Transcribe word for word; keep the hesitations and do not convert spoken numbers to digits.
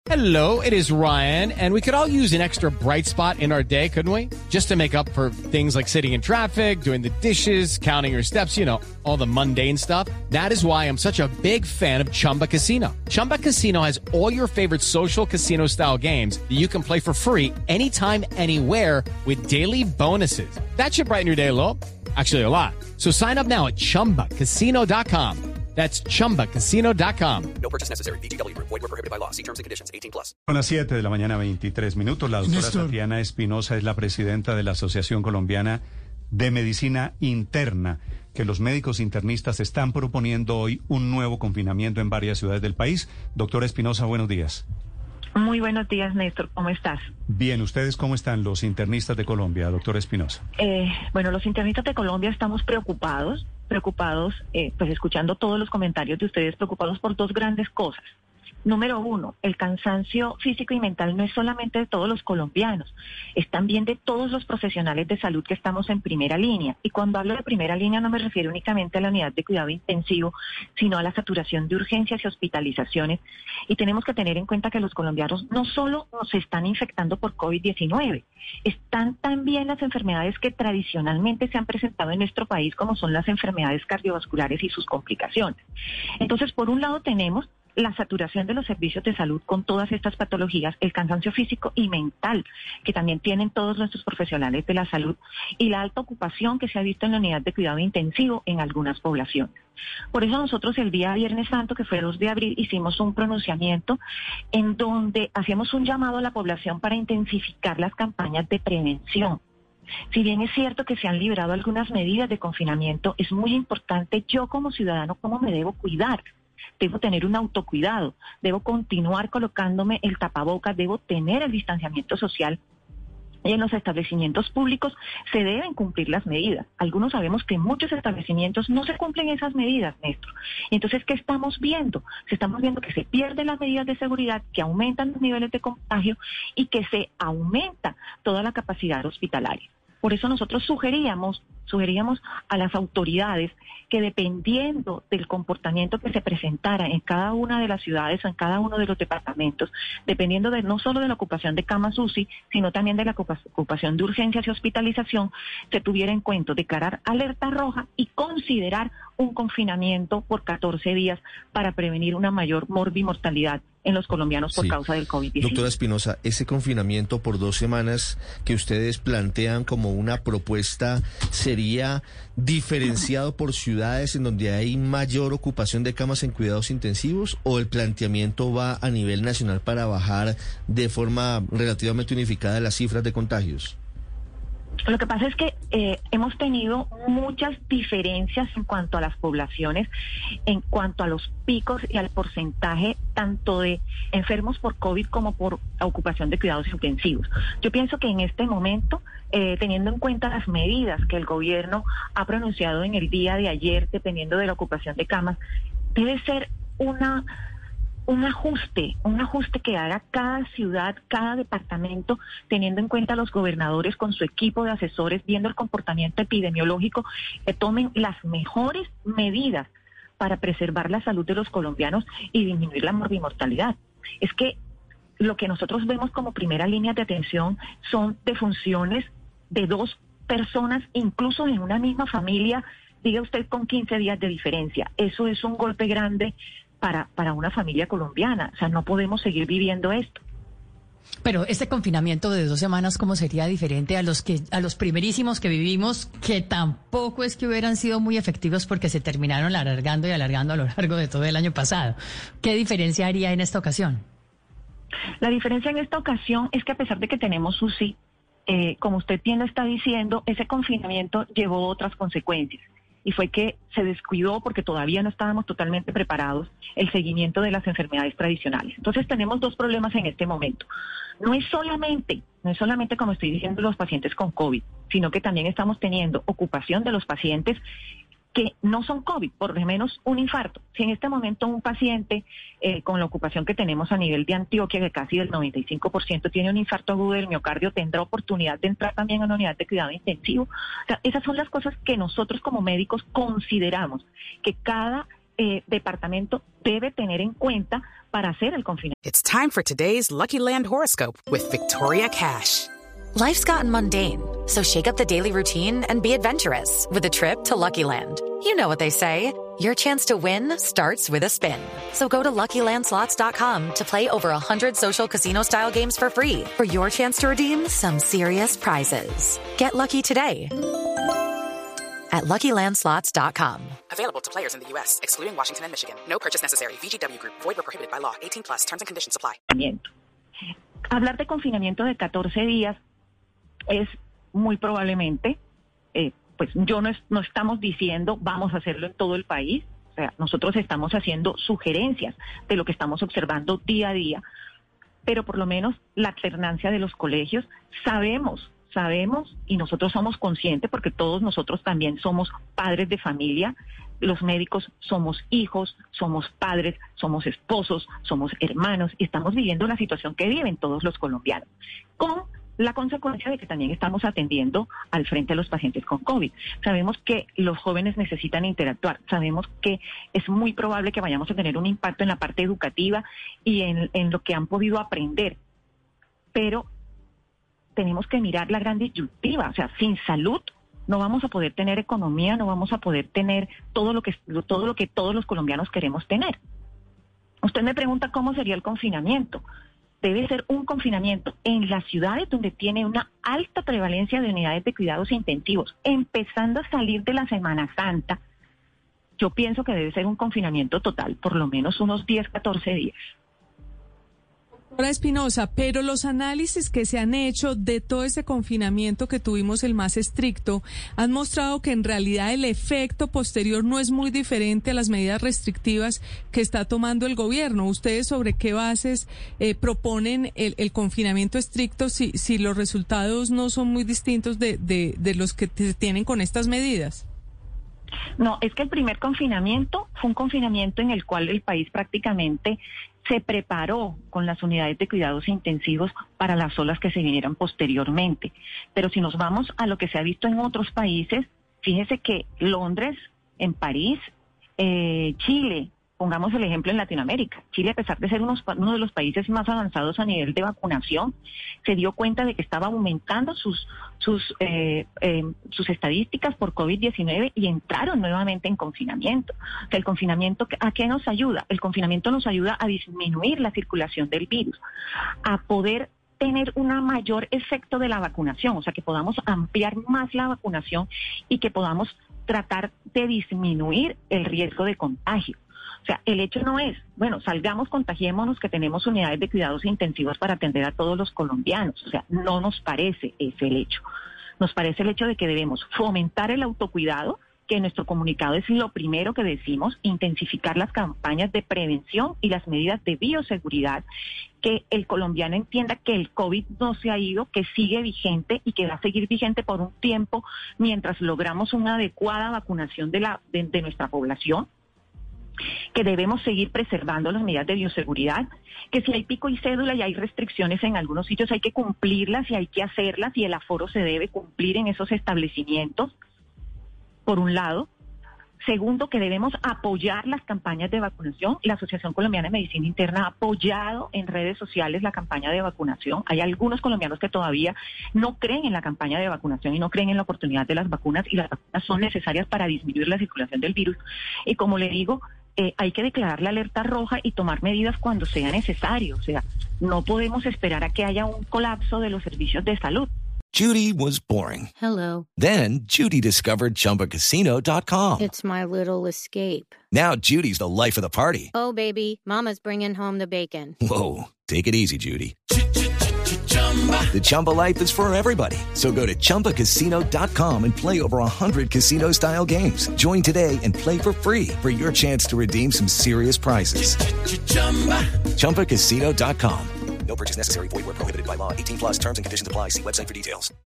Hello, it is Ryan, and we could all use an extra bright spot in our day, couldn't we? Just to make up for things like sitting in traffic, doing the dishes, counting your steps, you know, all the mundane stuff. That is why I'm such a big fan of Chumba Casino. Chumba Casino has all your favorite social casino-style games that you can play for free anytime, anywhere with daily bonuses. That should brighten your day a little. Actually, a lot. So sign up now at chumba casino dot com. That's chumba casino dot com. No purchase necessary. V G W Group. Void where prohibited by law. See terms and conditions. eighteen plus. Son las siete de la mañana, veintitrés minutos. La doctora Néstor. Tatiana Espinosa es la presidenta de la Asociación Colombiana de Medicina Interna, que los médicos internistas están proponiendo hoy un nuevo confinamiento en varias ciudades del país. Doctora Espinosa, buenos días. Muy buenos días, Néstor. ¿Cómo estás? Bien, ¿ustedes cómo están los internistas de Colombia, doctora Espinosa? Eh, bueno, los internistas de Colombia estamos preocupados, preocupados, eh, pues escuchando todos los comentarios de ustedes, preocupados por dos grandes cosas. Número uno, el cansancio físico y mental no es solamente de todos los colombianos, es también de todos los profesionales de salud que estamos en primera línea. Y cuando hablo de primera línea no me refiero únicamente a la unidad de cuidado intensivo, sino a la saturación de urgencias y hospitalizaciones. Y tenemos que tener en cuenta que los colombianos no solo nos están infectando por COVID diecinueve, están también las enfermedades que tradicionalmente se han presentado en nuestro país, como son las enfermedades cardiovasculares y sus complicaciones. Entonces, por un lado tenemos la saturación de los servicios de salud con todas estas patologías, el cansancio físico y mental que también tienen todos nuestros profesionales de la salud y la alta ocupación que se ha visto en la unidad de cuidado intensivo en algunas poblaciones. Por eso nosotros el día Viernes Santo, que fue dos de abril, hicimos un pronunciamiento en donde hacíamos un llamado a la población para intensificar las campañas de prevención. Si bien es cierto que se han liberado algunas medidas de confinamiento, es muy importante yo como ciudadano cómo me debo cuidar. Debo tener un autocuidado, debo continuar colocándome el tapabocas, debo tener el distanciamiento social. Y en los establecimientos públicos se deben cumplir las medidas. Algunos sabemos que en muchos establecimientos no se cumplen esas medidas, Néstor. Y entonces, ¿qué estamos viendo? Se estamos viendo que se pierden las medidas de seguridad, que aumentan los niveles de contagio y que se aumenta toda la capacidad hospitalaria. Por eso nosotros sugeríamos, sugeríamos a las autoridades que dependiendo del comportamiento que se presentara en cada una de las ciudades o en cada uno de los departamentos, dependiendo de no solo de la ocupación de camas U C I, sino también de la ocupación de urgencias y hospitalización, se tuviera en cuenta declarar alerta roja y considerar un confinamiento por catorce días para prevenir una mayor morbimortalidad en los colombianos por sí. causa del COVID diecinueve. Doctora Espinosa, ese confinamiento por dos semanas que ustedes plantean como una propuesta, ¿sería diferenciado por ciudades en donde hay mayor ocupación de camas en cuidados intensivos o el planteamiento va a nivel nacional para bajar de forma relativamente unificada las cifras de contagios? Lo que pasa es que eh, hemos tenido muchas diferencias en cuanto a las poblaciones, en cuanto a los picos y al porcentaje tanto de enfermos por COVID como por ocupación de cuidados intensivos. Yo pienso que en este momento, eh, teniendo en cuenta las medidas que el gobierno ha pronunciado en el día de ayer, dependiendo de la ocupación de camas, debe ser una... un ajuste, un ajuste que haga cada ciudad, cada departamento, teniendo en cuenta a los gobernadores con su equipo de asesores, viendo el comportamiento epidemiológico, que tomen las mejores medidas para preservar la salud de los colombianos y disminuir la morbimortalidad. Es que lo que nosotros vemos como primera línea de atención son defunciones de dos personas, incluso en una misma familia, diga usted con quince días de diferencia. Eso es un golpe grande para, para una familia colombiana. O sea, no podemos seguir viviendo esto. Pero este confinamiento de dos semanas, ¿cómo sería diferente a los que a los primerísimos que vivimos, que tampoco es que hubieran sido muy efectivos porque se terminaron alargando y alargando a lo largo de todo el año pasado? ¿Qué diferencia haría en esta ocasión? La diferencia en esta ocasión es que a pesar de que tenemos U C I, eh, como usted bien lo está diciendo, ese confinamiento llevó otras consecuencias. Y fue que se descuidó, porque todavía no estábamos totalmente preparados, el seguimiento de las enfermedades tradicionales. Entonces tenemos dos problemas en este momento. No es solamente, no es solamente como estoy diciendo los pacientes con COVID, sino que también estamos teniendo ocupación de los pacientes que no son COVID, por lo menos un infarto. Si en este momento un paciente eh, con la ocupación que tenemos a nivel de Antioquia, que casi del noventa y cinco por ciento tiene un infarto agudo del miocardio, tendrá oportunidad de entrar también a una unidad de cuidado intensivo. O sea, esas son las cosas que nosotros como médicos consideramos que cada eh, departamento debe tener en cuenta para hacer el confinamiento. It's time for today's Lucky Land horoscope with Victoria Cash. Life's gotten mundane, so shake up the daily routine and be adventurous with a trip to Lucky Land. You know what they say, your chance to win starts with a spin. So go to Lucky Land Slots dot com to play over one hundred social casino-style games for free for your chance to redeem some serious prizes. Get lucky today at Lucky Land Slots dot com. Available to players in the U S, excluding Washington and Michigan. No purchase necessary. V G W Group. Void or prohibited by law. eighteen plus. Terms and conditions apply. Hablar de confinamiento de catorce días es muy probablemente, eh, pues yo no, es, no estamos diciendo vamos a hacerlo en todo el país. O sea, nosotros estamos haciendo sugerencias de lo que estamos observando día a día, pero por lo menos la alternancia de los colegios, sabemos, sabemos y nosotros somos conscientes porque todos nosotros también somos padres de familia, los médicos somos hijos, somos padres, somos esposos, somos hermanos y estamos viviendo la situación que viven todos los colombianos, con la consecuencia de que también estamos atendiendo al frente a los pacientes con COVID. Sabemos que los jóvenes necesitan interactuar, sabemos que es muy probable que vayamos a tener un impacto en la parte educativa y en, en lo que han podido aprender, pero tenemos que mirar la gran disyuntiva, o sea, sin salud no vamos a poder tener economía, no vamos a poder tener todo lo que, todo lo que todos los colombianos queremos tener. Usted me pregunta cómo sería el confinamiento. Debe ser un confinamiento en las ciudades donde tiene una alta prevalencia de unidades de cuidados intensivos, empezando a salir de la Semana Santa. Yo pienso que debe ser un confinamiento total, por lo menos unos diez, catorce días. Doctora Espinosa, pero los análisis que se han hecho de todo ese confinamiento que tuvimos, el más estricto, han mostrado que en realidad el efecto posterior no es muy diferente a las medidas restrictivas que está tomando el gobierno. ¿Ustedes sobre qué bases eh, proponen el, el confinamiento estricto si, si los resultados no son muy distintos de, de, de los que se tienen con estas medidas? No, es que el primer confinamiento fue un confinamiento en el cual el país prácticamente se preparó con las unidades de cuidados intensivos para las olas que se vinieran posteriormente. Pero si nos vamos a lo que se ha visto en otros países, fíjese que Londres, en París, eh, Chile, pongamos el ejemplo en Latinoamérica. Chile, a pesar de ser unos, uno de los países más avanzados a nivel de vacunación, se dio cuenta de que estaba aumentando sus sus eh, eh, sus estadísticas por COVID diecinueve y entraron nuevamente en confinamiento. O sea, el confinamiento, ¿a qué nos ayuda? El confinamiento nos ayuda a disminuir la circulación del virus, a poder tener un mayor efecto de la vacunación, o sea, que podamos ampliar más la vacunación y que podamos tratar de disminuir el riesgo de contagio. O sea, el hecho no es, bueno, salgamos, contagiémonos, que tenemos unidades de cuidados intensivos para atender a todos los colombianos. O sea, no nos parece ese el hecho. Nos parece el hecho de que debemos fomentar el autocuidado, que en nuestro comunicado es lo primero que decimos, intensificar las campañas de prevención y las medidas de bioseguridad, que el colombiano entienda que el COVID no se ha ido, que sigue vigente y que va a seguir vigente por un tiempo mientras logramos una adecuada vacunación de, la, de, de nuestra población, que debemos seguir preservando las medidas de bioseguridad, que si hay pico y cédula y hay restricciones en algunos sitios hay que cumplirlas y hay que hacerlas y el aforo se debe cumplir en esos establecimientos, por un lado. Segundo, que debemos apoyar las campañas de vacunación. La Asociación Colombiana de Medicina Interna ha apoyado en redes sociales la campaña de vacunación. Hay algunos colombianos que todavía no creen en la campaña de vacunación y no creen en la oportunidad de las vacunas, y las vacunas son necesarias para disminuir la circulación del virus. Y como le digo, eh, hay que declarar la alerta roja y tomar medidas cuando sea necesario. O sea, no podemos esperar a que haya un colapso de los servicios de salud. Judy was boring. Hello. Then Judy discovered Chumba Casino dot com. It's my little escape. Now Judy's the life of the party. Oh, baby, mama's bringing home the bacon. Whoa, take it easy, Judy. The Chumba life is for everybody. So go to Chumba Casino dot com and play over one hundred casino-style games. Join today and play for free for your chance to redeem some serious prizes. Chumba Casino dot com. No purchase necessary. Void where prohibited by law. eighteen plus terms and conditions apply. See website for details.